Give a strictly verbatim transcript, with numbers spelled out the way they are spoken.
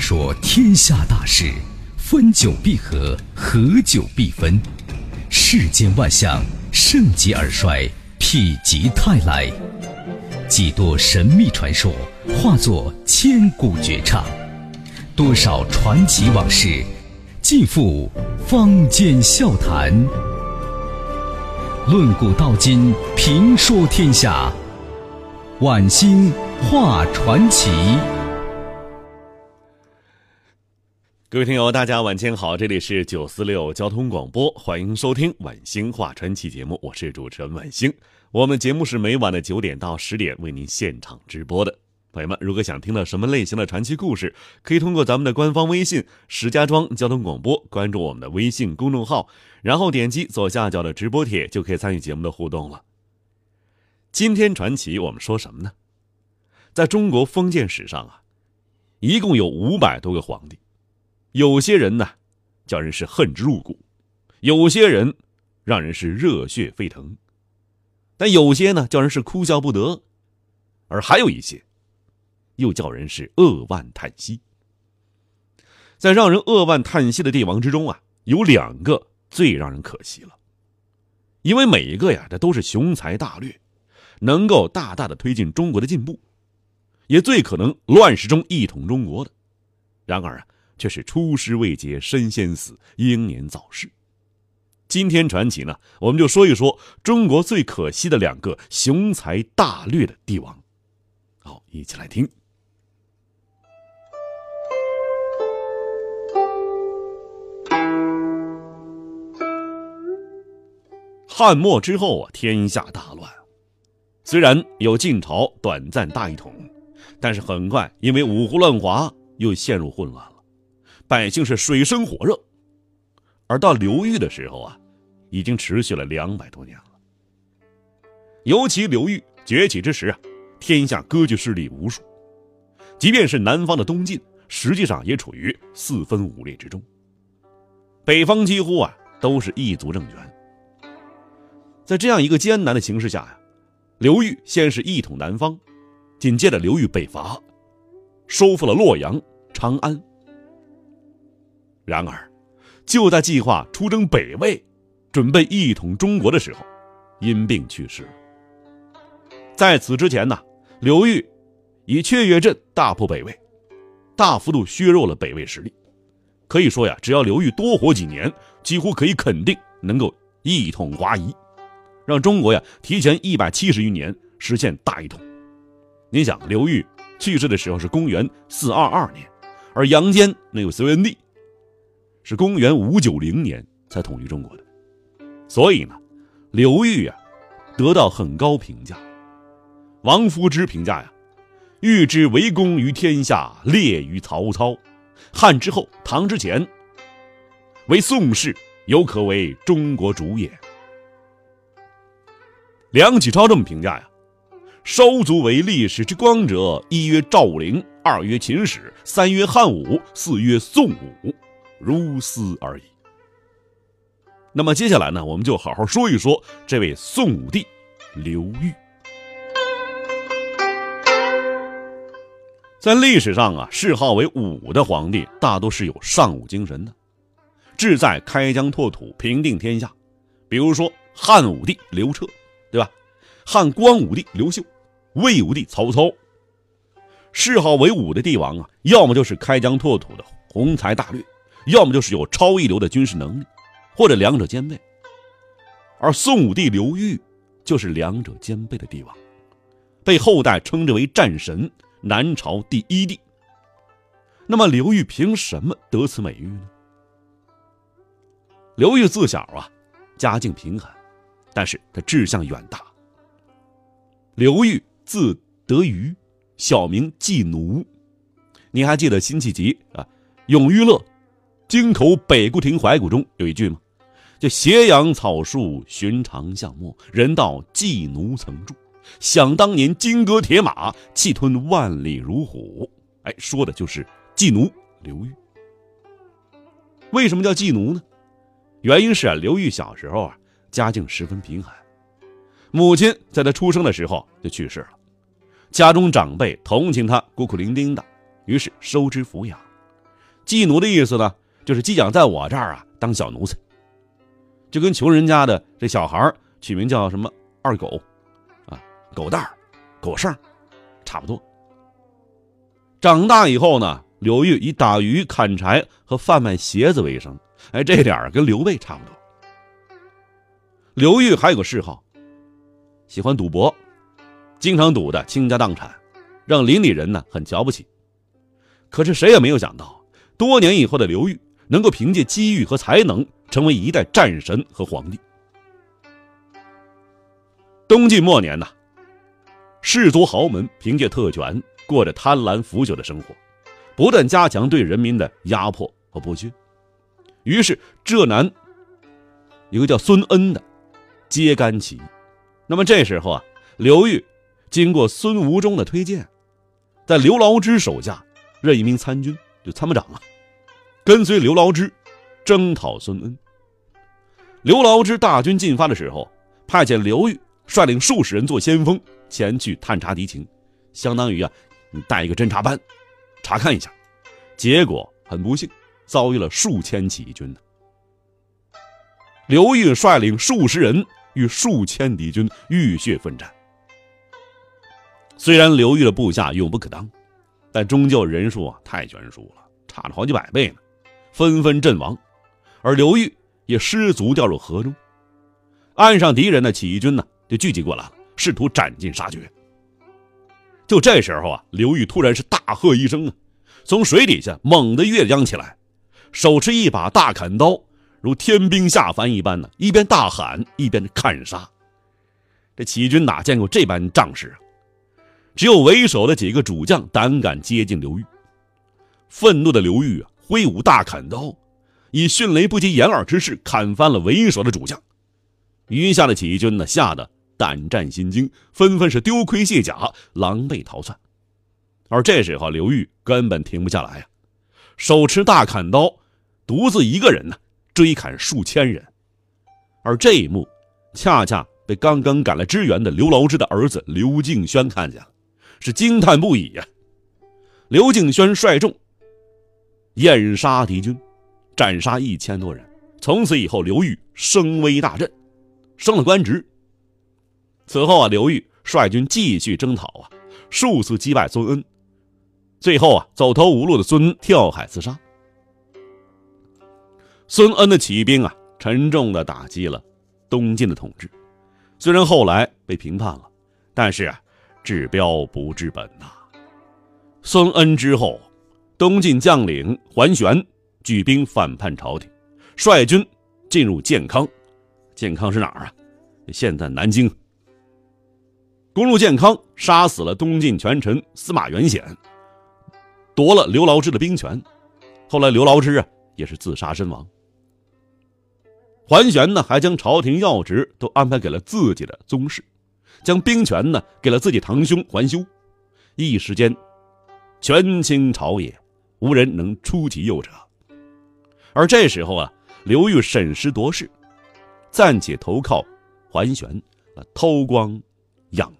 说天下大事，分久必合，合久必分。世间万象，盛极而衰，否极泰来。几多神秘传说化作千古绝唱，多少传奇往事尽付坊间笑谈。论古道今，评说天下，晚星话传奇。 各位听友大家晚间好，这里是九四六交通广播，欢迎收听晚星话传奇节目，我是主持人晚星。我们节目是每晚的九点到十点为您现场直播的。朋友们，如果想听到什么类型的传奇故事，可以通过咱们的官方微信石家庄交通广播关注我们的微信公众号，然后点击左下角的直播帖就可以参与节目的互动了。今天传奇我们说什么呢？在中国封建史上啊，一共有五百多个皇帝，有些人呢叫人是恨之入骨，有些人让人是热血沸腾，但有些呢叫人是哭笑不得，而还有一些又叫人是扼腕叹息。在让人扼腕叹息的帝王之中啊，有两个最让人可惜了，因为每一个呀，这都是雄才大略，能够大大的推进中国的进步，也最可能乱世中一统中国的，然而啊却是出师未捷身先死，英年早逝。今天传奇呢，我们就说一说中国最可惜的两个雄才大略的帝王。好，一起来听。汉末之后啊，天下大乱。虽然有晋朝短暂大一统，但是很快因为五胡乱华又陷入混乱了，百姓是水深火热。而到刘裕的时候啊，已经持续了两百多年了。尤其刘裕崛起之时啊，天下割据势力无数，即便是南方的东晋，实际上也处于四分五裂之中。北方几乎啊都是一族政权。在这样一个艰难的形势下呀，刘裕先是一统南方，紧接着刘裕北伐，收复了洛阳、长安。然而就在计划出征北魏，准备一统中国的时候，因病去世。在此之前呢，刘裕以雀跃镇大破北魏，大幅度削弱了北魏实力。可以说呀，只要刘裕多活几年，几乎可以肯定能够一统华夷，让中国呀提前一百七十余年实现大一统。您想，刘裕去世的时候是公元四二二年，而杨坚那个隋文帝是公元五九零年才统一中国的，所以呢，刘裕啊得到很高评价。王夫之评价呀，欲之为公于天下，列于曹操。汉之后，唐之前，为宋氏，犹可为中国主也。梁启超这么评价呀：稍足为历史之光者，一曰赵武灵，二曰秦始，三曰汉武，四曰宋武，如斯而已。那么接下来呢，我们就好好说一说这位宋武帝刘裕。在历史上啊，谥号为武的皇帝大多是有尚武精神的，志在开疆拓土，平定天下。比如说汉武帝刘彻，对吧？汉光武帝刘秀，魏武帝曹操。谥号为武的帝王啊，要么就是开疆拓土的宏才大略，要么就是有超一流的军事能力，或者两者兼备。而宋武帝刘裕就是两者兼备的帝王，被后代称之为战神，南朝第一帝。那么刘裕凭什么得此美誉呢？刘裕自小啊家境贫寒，但是他志向远大。刘裕字德瑜，小名季奴。你还记得辛弃疾啊《咏玉乐京口北固亭怀古》中有一句吗？就斜阳草树寻常巷陌，人道季奴曾住。想当年金戈铁马，气吞万里如虎。哎，说的就是季奴刘裕。为什么叫季奴呢？原因是啊，刘裕小时候啊家境十分贫寒，母亲在他出生的时候就去世了，家中长辈同情他孤苦伶仃的，于是收之抚养。 妓奴的意思呢，就是寄养在我这儿啊当小奴才，就跟穷人家的这小孩取名叫什么二狗啊、狗蛋儿、狗剩差不多。长大以后呢，刘裕以打鱼、砍柴和贩卖鞋子为生，哎，这点跟刘备差不多。刘裕还有个嗜好，喜欢赌博，经常赌的倾家荡产，让邻里人呢很瞧不起。可是谁也没有想到，多年以后的刘裕能够凭借机遇和才能成为一代战神和皇帝。东晋末年呢，士族豪门凭借特权过着贪婪腐朽的生活，不断加强对人民的压迫和剥削。于是浙南有个叫孙恩的揭竿起义。那么这时候啊，刘裕经过孙吴中的推荐，在刘牢之手下任一名参军，就参谋长啊，跟随刘牢之征讨孙恩。刘牢之大军进发的时候，派遣刘裕率领数十人做先锋前去探查敌情，相当于啊你带一个侦察班查看一下。结果很不幸遭遇了数千起义军呢。刘裕率领数十人与数千敌军浴血奋战。虽然刘裕的部下勇不可当，但终究人数啊太悬殊了，差了好几百倍呢，纷纷阵亡，而刘裕也失足掉入河中。岸上敌人的起义军呢就聚集过来了，试图斩尽杀绝。就这时候啊，刘裕突然是大喝一声啊，从水底下猛地跃将起来，手持一把大砍刀，如天兵下凡一般呢，一边大喊一边砍杀。这起义军哪见过这般仗势啊？只有为首的几个主将胆敢接近刘裕。愤怒的刘裕啊，挥舞大砍刀，以迅雷不及掩耳之势砍翻了为首的主将。余下的起义军呢，吓得胆战心惊，纷纷是丢盔卸甲，狼狈逃窜。而这时候刘裕根本停不下来啊，手持大砍刀，独自一个人呢追砍数千人。而这一幕恰恰被刚刚赶来支援的刘牢之的儿子刘敬轩看见了，是惊叹不已呀、啊。刘敬轩率众掩杀敌军，斩杀一千多人。从此以后，刘裕声威大振，升了官职。此后啊，刘裕率军继续征讨啊，数次击败孙恩，最后啊，走投无路的孙恩跳海自杀。孙恩的起义兵啊，沉重地打击了东晋的统治。虽然后来被平叛了，但是啊，治标不治本呐、啊。孙恩之后，东晋将领桓玄举兵反叛朝廷，率军进入建康。建康是哪儿啊？现在南京。攻入建康，杀死了东晋权臣司马元显，夺了刘牢之的兵权。后来刘牢之啊也是自杀身亡。桓玄呢还将朝廷要职都安排给了自己的宗室，将兵权呢给了自己堂兄桓修。一时间权倾朝野，无人能出其右者。而这时候啊，刘裕审时度势，暂且投靠桓玄，偷光养